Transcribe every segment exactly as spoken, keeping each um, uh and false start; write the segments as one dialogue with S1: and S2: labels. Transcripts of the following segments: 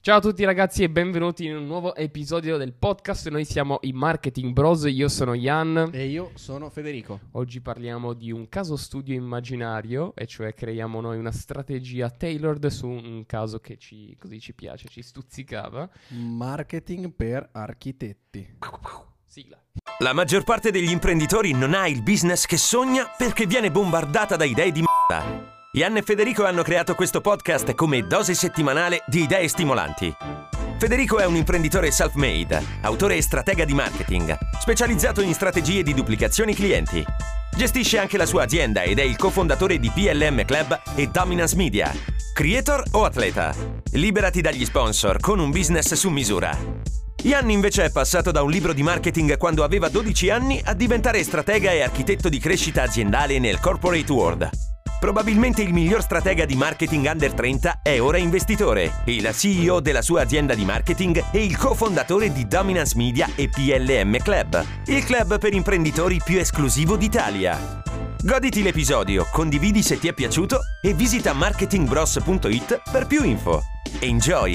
S1: Ciao a tutti ragazzi e benvenuti in un nuovo episodio del podcast. Noi siamo i Marketing Bros, io sono Ian.
S2: E io sono Federico.
S1: Oggi parliamo di un caso studio immaginario, e cioè creiamo noi una strategia tailored su un caso che ci, così ci piace, ci stuzzicava.
S2: Marketing per architetti.
S1: Sigla.
S3: La maggior parte degli imprenditori non ha il business che sogna perché viene bombardata da idee di m***a. Ian e Federico hanno creato questo podcast come dose settimanale di idee stimolanti. Federico è un imprenditore self-made, autore e stratega di marketing, specializzato in strategie di duplicazioni clienti. Gestisce anche la sua azienda ed è il cofondatore di P L M Club e Dominance Media. Creator o atleta? Liberati dagli sponsor con un business su misura. Ian invece è passato da un libro di marketing quando aveva dodici anni a diventare stratega e architetto di crescita aziendale nel corporate world. Probabilmente il miglior stratega di marketing under trenta è ora investitore, il C E O della sua azienda di marketing e il cofondatore di Dominance Media e P L M Club, il club per imprenditori più esclusivo d'Italia. Goditi l'episodio, condividi se ti è piaciuto e visita marketing bros punto it per più info. Enjoy!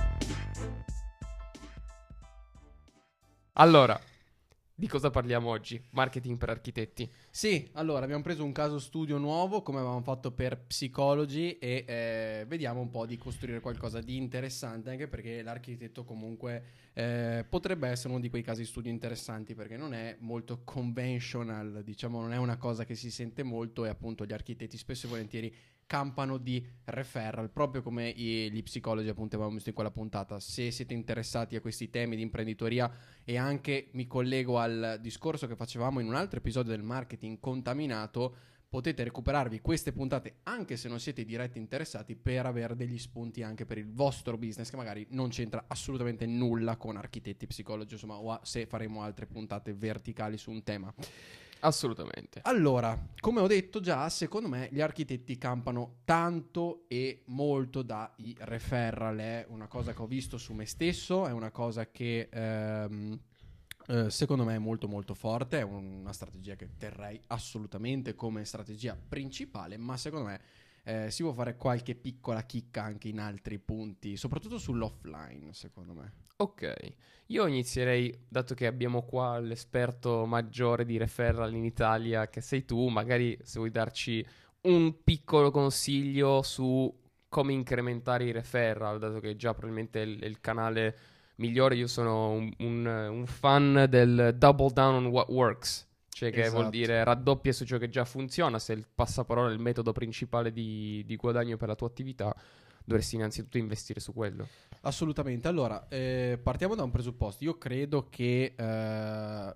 S1: Allora, di cosa parliamo oggi? Marketing per architetti.
S2: Sì, allora abbiamo preso un caso studio nuovo come avevamo fatto per Psychology e eh, vediamo un po' di costruire qualcosa di interessante, anche perché l'architetto comunque eh, potrebbe essere uno di quei casi studio interessanti perché non è molto conventional, diciamo non è una cosa che si sente molto e appunto gli architetti spesso e volentieri campano di referral, proprio come i, gli psicologi appunto avevamo visto in quella puntata. Se siete interessati a questi temi di imprenditoria, e anche mi collego al discorso che facevamo in un altro episodio del marketing contaminato, potete recuperarvi queste puntate anche se non siete diretti interessati per avere degli spunti anche per il vostro business che magari non c'entra assolutamente nulla con architetti, psicologi, insomma, o se faremo altre puntate verticali su un tema.
S1: Assolutamente.
S2: Allora, come ho detto già, secondo me gli architetti campano tanto e molto dai referral. È una cosa che ho visto su me stesso, è una cosa che ehm, eh, secondo me è molto molto forte, è una strategia che terrei assolutamente come strategia principale, ma secondo me eh, si può fare qualche piccola chicca anche in altri punti, soprattutto sull'offline, secondo me.
S1: Ok, io inizierei, dato che abbiamo qua l'esperto maggiore di referral in Italia, che sei tu, magari se vuoi darci un piccolo consiglio su come incrementare i referral, dato che già probabilmente è il, è il canale migliore. Io sono un, un, un fan del double down on what works, cioè che
S2: Esatto.
S1: vuol dire raddoppia su ciò che già funziona. Se il passaparola è il metodo principale di, di guadagno per la tua attività, dovresti innanzitutto investire su quello.
S2: Assolutamente. Allora, eh, partiamo da un presupposto. Io credo che eh,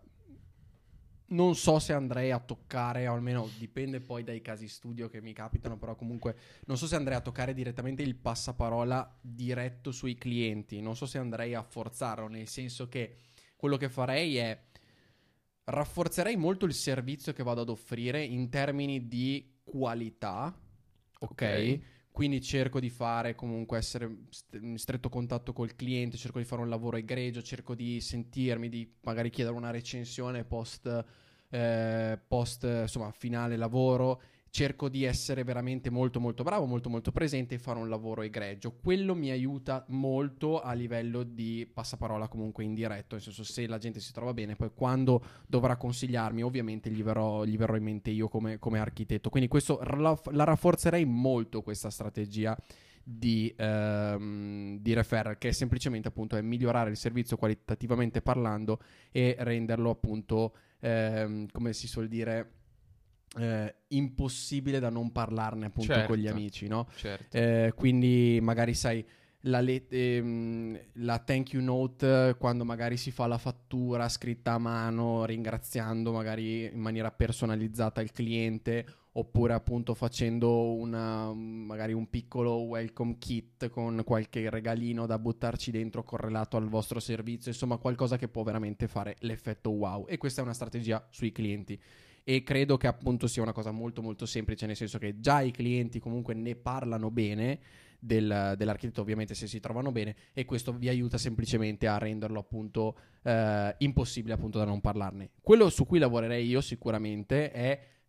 S2: non so se andrei a toccare, o almeno dipende poi dai casi studio che mi capitano, però comunque non so se andrei a toccare direttamente il passaparola diretto sui clienti. Non so se andrei a forzarlo, nel senso che quello che farei è rafforzerei molto il servizio che vado ad offrire in termini di qualità, ok?
S1: Ok.
S2: Quindi cerco di fare comunque essere in stretto contatto col cliente, cerco di fare un lavoro egregio, cerco di sentirmi, di magari chiedere una recensione post, eh, post insomma finale lavoro, cerco di essere veramente molto molto bravo, molto molto presente e fare un lavoro egregio. Quello mi aiuta molto a livello di passaparola comunque indiretto, nel senso se la gente si trova bene, poi quando dovrà consigliarmi ovviamente gli verrò, gli verrò in mente io come, come architetto. Quindi questo la, la rafforzerei molto questa strategia di, ehm, di referral, che è semplicemente appunto è migliorare il servizio qualitativamente parlando e renderlo appunto ehm, come si suol dire Eh, impossibile da non parlarne appunto
S1: Certo.
S2: con gli amici, no?
S1: Certo.
S2: Eh, quindi magari sai la, let- ehm, la thank you note, quando magari si fa la fattura scritta a mano ringraziando magari in maniera personalizzata il cliente, oppure appunto facendo una, magari un piccolo welcome kit con qualche regalino da buttarci dentro correlato al vostro servizio, insomma qualcosa che può veramente fare l'effetto wow. E questa è una strategia sui clienti. E credo che appunto sia una cosa molto molto semplice, nel senso che già i clienti comunque ne parlano bene del, dell'architetto, ovviamente se si trovano bene, e questo vi aiuta semplicemente a renderlo appunto eh, impossibile appunto da non parlarne. Quello su cui lavorerei io sicuramente è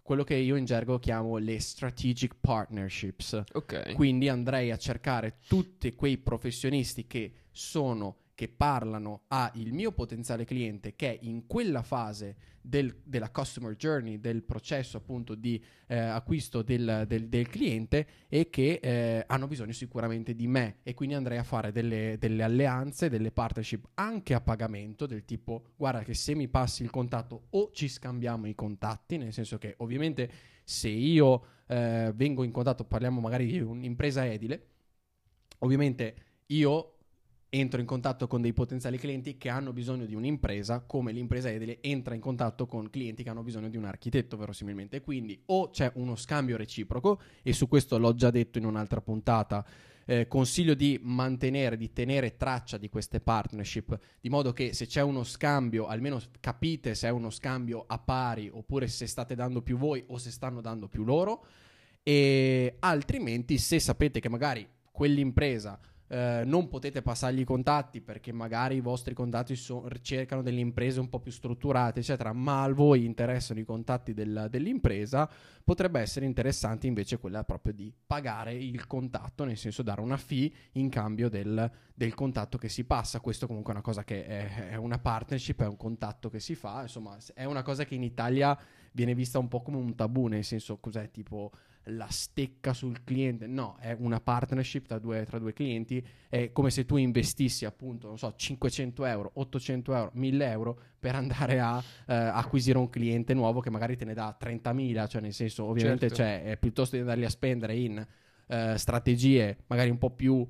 S2: quello che io in gergo chiamo le strategic partnerships.
S1: Ok.
S2: Quindi andrei a cercare tutti quei professionisti che sono, che parlano a il mio potenziale cliente, che è in quella fase del, della customer journey, del processo appunto di eh, acquisto del, del, del cliente, e che eh, hanno bisogno sicuramente di me, e quindi andrei a fare delle, delle alleanze, delle partnership anche a pagamento, del tipo guarda che se mi passi il contatto o ci scambiamo i contatti, nel senso che ovviamente se io eh, vengo in contatto, parliamo magari di un'impresa edile, ovviamente io entro in contatto con dei potenziali clienti che hanno bisogno di un'impresa, come l'impresa edile entra in contatto con clienti che hanno bisogno di un architetto verosimilmente. Quindi o c'è uno scambio reciproco, e su questo l'ho già detto in un'altra puntata, eh, consiglio di mantenere, di tenere traccia di queste partnership, di modo che se c'è uno scambio almeno capite se è uno scambio a pari, oppure se state dando più voi o se stanno dando più loro. E altrimenti, se sapete che magari quell'impresa Uh, non potete passargli i contatti perché magari i vostri contatti so- cercano delle imprese un po' più strutturate eccetera, ma a voi interessano i contatti del, dell'impresa, potrebbe essere interessante invece quella proprio di pagare il contatto, nel senso dare una fee in cambio del, del contatto che si passa. Questo comunque è una cosa che è, è una partnership, è un contatto che si fa, insomma è una cosa che in Italia viene vista un po' come un tabù, nel senso cos'è, tipo la stecca sul cliente. No, è una partnership tra due, tra due clienti. È come se tu investissi appunto, non so, cinquecento euro, ottocento euro, mille euro per andare a eh, acquisire un cliente nuovo che magari te ne dà trentamila, cioè nel senso ovviamente
S1: Certo.
S2: cioè, è piuttosto di andarli a spendere in eh, strategie magari un po' più,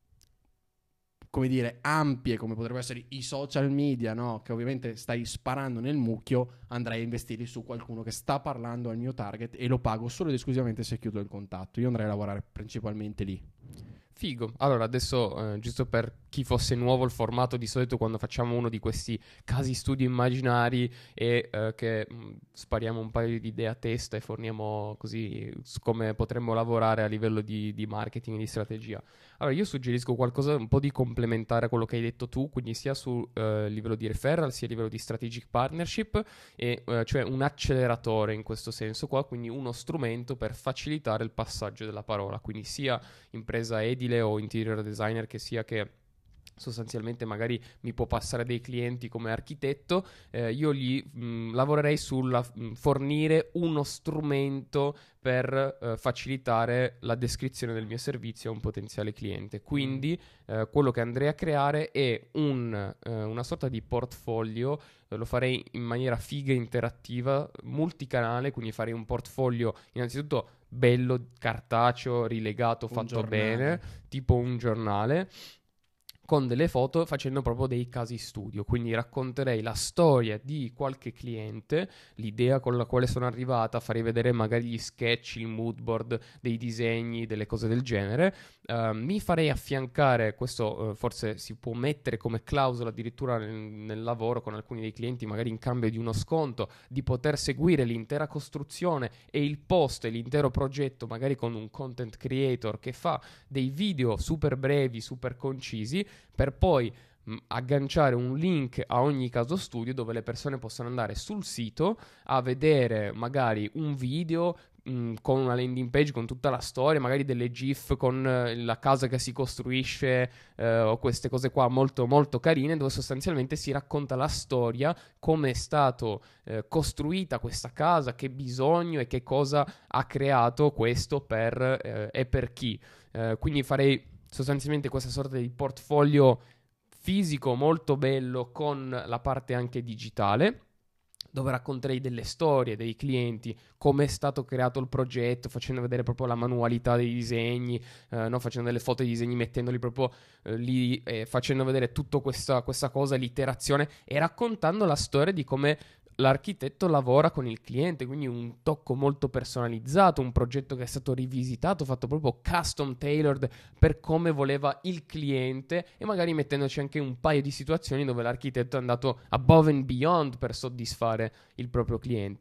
S2: come dire, ampie, come potrebbero essere i social media, no? Che ovviamente stai sparando nel mucchio, andrei a investirli su qualcuno che sta parlando al mio target e lo pago solo ed esclusivamente se chiudo il contatto. Io andrei a lavorare principalmente lì.
S1: Figo. Allora, adesso, eh, giusto per chi fosse nuovo, il formato di solito quando facciamo uno di questi casi studio immaginari e eh, che mh, spariamo un paio di idee a testa e forniamo così su come potremmo lavorare a livello di, di marketing e di strategia. Allora, io suggerisco qualcosa un po' di complementare a quello che hai detto tu, quindi sia su eh, livello di referral, sia a livello di strategic partnership, e eh, cioè un acceleratore in questo senso qua, quindi uno strumento per facilitare il passaggio della parola, quindi sia impresa edile o interior designer che sia, che sostanzialmente magari mi può passare dei clienti come architetto, eh, io gli mh, lavorerei sul fornire uno strumento per eh, facilitare la descrizione del mio servizio a un potenziale cliente. Quindi eh, quello che andrei a creare è un, eh, una sorta di portfolio, eh, lo farei in maniera figa, interattiva, multicanale, quindi farei un portfolio innanzitutto bello, cartaceo, rilegato,
S2: Un
S1: fatto
S2: giornale.
S1: bene, tipo un giornale, con delle foto, facendo proprio dei casi studio. Quindi racconterei la storia di qualche cliente, l'idea con la quale sono arrivata, farei vedere magari gli sketch, il mood board, dei disegni, delle cose del genere. Uh, mi farei affiancare, questo uh, forse si può mettere come clausola addirittura nel, nel lavoro con alcuni dei clienti, magari in cambio di uno sconto, di poter seguire l'intera costruzione e il post e l'intero progetto, magari con un content creator che fa dei video super brevi, super concisi, per poi mh, agganciare un link a ogni caso studio dove le persone possono andare sul sito a vedere magari un video mh, con una landing page con tutta la storia, magari delle gif con eh, la casa che si costruisce eh, o queste cose qua molto molto carine, dove sostanzialmente si racconta la storia, come è stato eh, costruita questa casa, che bisogno e che cosa ha creato questo per eh, e per chi. Eh, quindi farei sostanzialmente questa sorta di portfolio fisico molto bello con la parte anche digitale, dove racconterei delle storie dei clienti, come è stato creato il progetto, facendo vedere proprio la manualità dei disegni, eh, no? Facendo delle foto dei disegni, mettendoli proprio eh, lì, eh, facendo vedere tutta questa, questa cosa, l'iterazione, e raccontando la storia di come l'architetto lavora con il cliente, quindi un tocco molto personalizzato, un progetto che è stato rivisitato, fatto proprio custom tailored per come voleva il cliente, e magari mettendoci anche un paio di situazioni dove l'architetto è andato above and beyond per soddisfare il proprio cliente.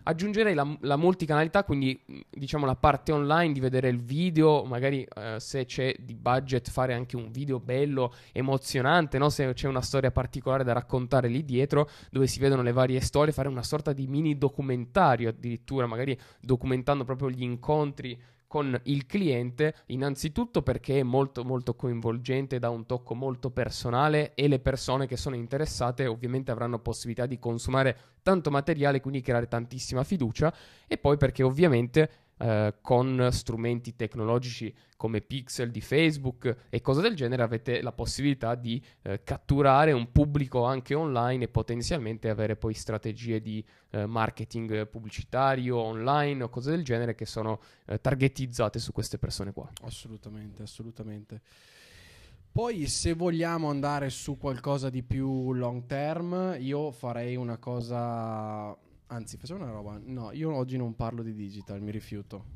S1: Aggiungerei la, la multicanalità, quindi diciamo la parte online di vedere il video, magari eh, se c'è di budget fare anche un video bello, emozionante, no? Se c'è una storia particolare da raccontare lì dietro, dove si vedono le varie storie, fare una sorta di mini documentario addirittura, magari documentando proprio gli incontri con il cliente, innanzitutto perché è molto molto coinvolgente, dà un tocco molto personale e le persone che sono interessate ovviamente avranno possibilità di consumare tanto materiale, quindi creare tantissima fiducia, e poi perché ovviamente eh, con strumenti tecnologici come Pixel di Facebook e cose del genere avete la possibilità di eh, catturare un pubblico anche online e potenzialmente avere poi strategie di eh, marketing pubblicitario online o cose del genere che sono eh, targetizzate su queste persone qua.
S2: Assolutamente, assolutamente. Poi se vogliamo andare su qualcosa di più long term, io farei una cosa, anzi facciamo una roba, no, io oggi non parlo di digital, mi rifiuto.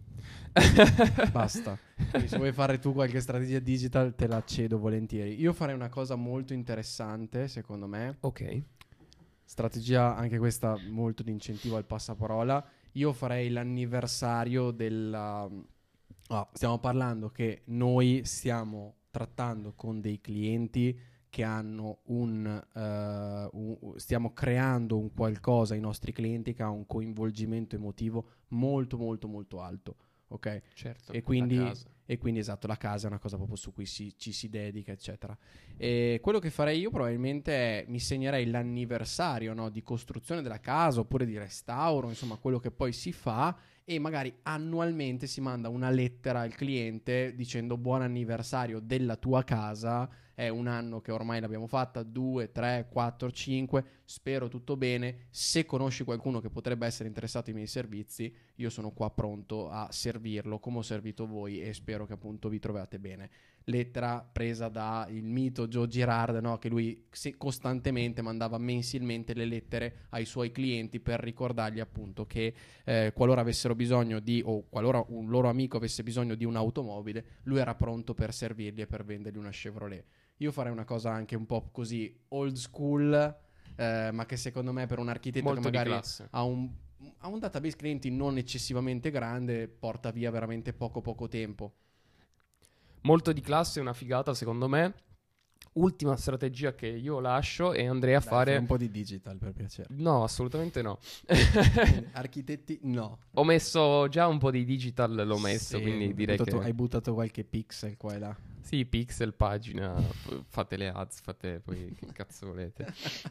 S2: Basta. Quindi se vuoi fare tu qualche strategia digital te la cedo volentieri. Io farei una cosa molto interessante secondo me.
S1: Ok.
S2: Strategia anche questa molto di incentivo al passaparola. Io farei l'anniversario della... Oh, stiamo parlando che noi stiamo trattando con dei clienti che hanno un, uh, un... Stiamo creando un qualcosa ai nostri clienti che ha un coinvolgimento emotivo molto molto molto alto. Ok?
S1: Certo.
S2: E quindi,
S1: la casa.
S2: e quindi esatto, la casa è una cosa proprio su cui si, ci si dedica, eccetera. E quello che farei io probabilmente è mi segnerei l'anniversario, no, di costruzione della casa oppure di restauro, insomma quello che poi si fa, e magari annualmente si manda una lettera al cliente dicendo buon anniversario della tua casa, è un anno che ormai l'abbiamo fatta, due, tre, quattro, cinque, spero tutto bene, se conosci qualcuno che potrebbe essere interessato ai miei servizi, io sono qua pronto a servirlo come ho servito voi e spero che appunto vi troviate bene. Lettera presa da il mito Joe Girard, no? Che lui costantemente mandava mensilmente le lettere ai suoi clienti per ricordargli appunto che eh, qualora avessero bisogno di, o qualora un loro amico avesse bisogno di un'automobile, lui era pronto per servirgli e per vendergli una Chevrolet. Io farei una cosa anche un po' così old school, eh, ma che secondo me per un architetto
S1: Molto
S2: che
S1: di
S2: magari
S1: classe.
S2: ha un, ha un database clienti non eccessivamente grande porta via veramente poco poco tempo.
S1: Molto di classe, una figata secondo me. Ultima strategia che io lascio e andrei a
S2: Dai,
S1: fare
S2: fai un po' di digital per piacere.
S1: No, assolutamente no.
S2: Architetti no.
S1: Ho messo già un po' di digital, l'ho messo,
S2: Sì,
S1: quindi
S2: hai
S1: direi
S2: buttato,
S1: che
S2: hai buttato qualche pixel qua e là.
S1: sì, pixel, pagina, f- fate le ads, fate poi che cazzo volete.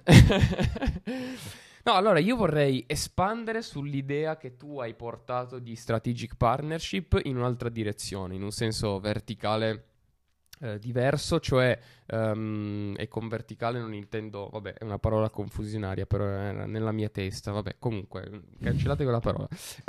S1: No, allora io vorrei espandere sull'idea che tu hai portato di strategic partnership in un'altra direzione, in un senso verticale eh, diverso, cioè, um, e con verticale non intendo, vabbè, è una parola confusionaria, però era nella mia testa, vabbè, comunque, cancellate quella parola.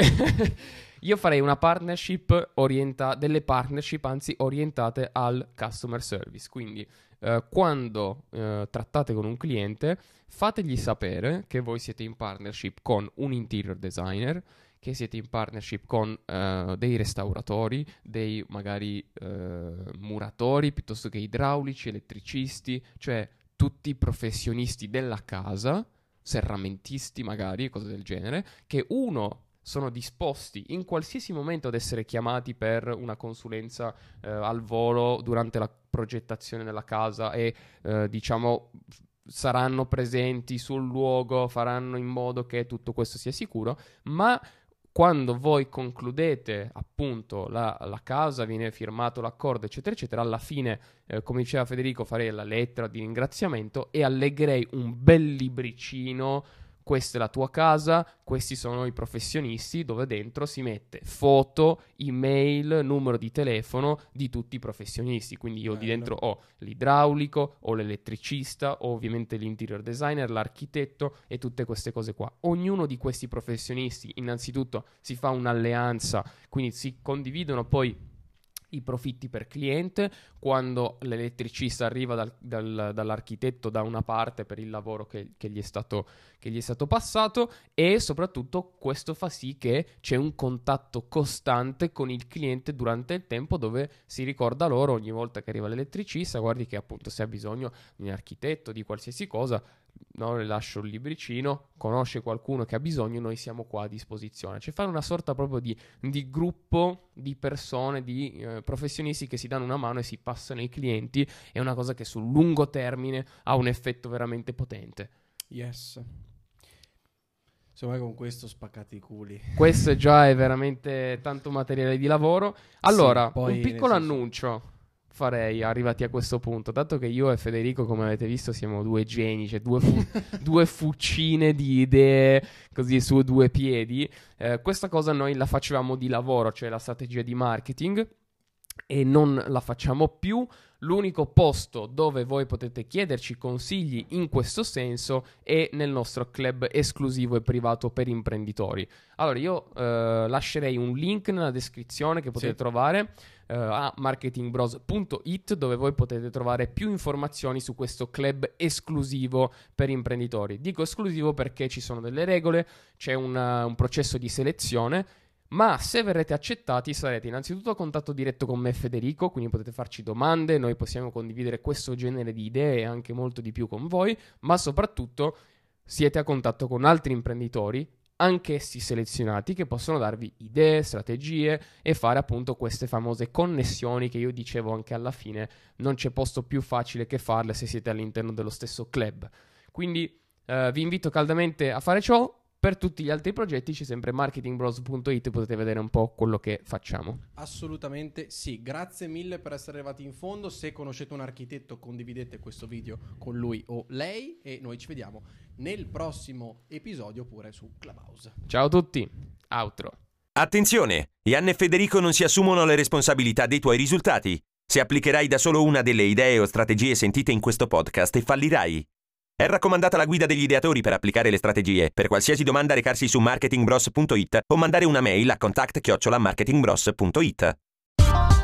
S1: Io farei una partnership orientata, delle partnership anzi orientate al customer service, quindi eh, quando eh, trattate con un cliente fategli sapere che voi siete in partnership con un interior designer, che siete in partnership con uh, dei restauratori, dei magari uh, muratori, piuttosto che idraulici, elettricisti, cioè tutti professionisti della casa, serramentisti magari, cose del genere, che uno sono disposti in qualsiasi momento ad essere chiamati per una consulenza uh, al volo durante la progettazione della casa e uh, diciamo saranno presenti sul luogo, faranno in modo che tutto questo sia sicuro, ma quando voi concludete appunto la, la casa, viene firmato l'accordo eccetera eccetera, alla fine eh, come diceva Federico farei la lettera di ringraziamento e allegherei un bel libricino: questa è la tua casa, questi sono i professionisti, dove dentro si mette foto, email, numero di telefono di tutti i professionisti. Quindi io
S2: Bello.
S1: di dentro ho l'idraulico, ho l'elettricista, ho ovviamente l'interior designer, l'architetto e tutte queste cose qua. Ognuno di questi professionisti innanzitutto si fa un'alleanza, quindi si condividono poi i profitti per cliente. Quando l'elettricista arriva dal, dal, dall'architetto da una parte per il lavoro che, che, gli è stato, che gli è stato passato, e soprattutto questo fa sì che c'è un contatto costante con il cliente durante il tempo, dove si ricorda loro ogni volta che arriva l'elettricista: guardi che appunto se ha bisogno di un architetto, di qualsiasi cosa, no, le lascio il libricino, conosce qualcuno che ha bisogno, noi siamo qua a disposizione. Cioè fare una sorta proprio di, di gruppo di persone, di eh, professionisti che si danno una mano e si passano i clienti, è una cosa che sul lungo termine ha un effetto veramente potente.
S2: Yes. Secondo me con questo spaccati i culi.
S1: Questo già è veramente tanto materiale di lavoro. Allora,
S2: Sì, poi,
S1: un piccolo
S2: nel senso...
S1: annuncio farei arrivati a questo punto, dato che io e Federico, come avete visto, siamo due geni, cioè due, fu- due fucine di idee così su due piedi. Eh, questa cosa noi la facevamo di lavoro, cioè la strategia di marketing, e non la facciamo più. L'unico posto dove voi potete chiederci consigli in questo senso è nel nostro club esclusivo e privato per imprenditori. Allora io eh, lascerei un link nella descrizione che potete
S2: sì.
S1: trovare eh, a marketing bros punto it, dove voi potete trovare più informazioni su questo club esclusivo per imprenditori. Dico esclusivo perché ci sono delle regole, c'è una, un processo di selezione. Ma se verrete accettati sarete innanzitutto a contatto diretto con me e Federico, quindi potete farci domande, noi possiamo condividere questo genere di idee e anche molto di più con voi, ma soprattutto siete a contatto con altri imprenditori, anch'essi selezionati, che possono darvi idee, strategie e fare appunto queste famose connessioni che io dicevo anche alla fine, non c'è posto più facile che farle se siete all'interno dello stesso club. Quindi eh, vi invito caldamente a fare ciò. Per tutti gli altri progetti c'è sempre marketing bros punto it, potete vedere un po' quello che facciamo.
S2: Assolutamente sì, grazie mille per essere arrivati in fondo. Se conoscete un architetto, condividete questo video con lui o lei e noi ci vediamo nel prossimo episodio pure su Clubhouse.
S1: Ciao a tutti, outro.
S3: Attenzione, Ian e Federico non si assumono le responsabilità dei tuoi risultati. Se applicherai da solo una delle idee o strategie sentite in questo podcast e fallirai. È raccomandata la guida degli ideatori per applicare le strategie. Per qualsiasi domanda recarsi su marketing bros punto it o mandare una mail a contact chiocciola marketing bros punto it.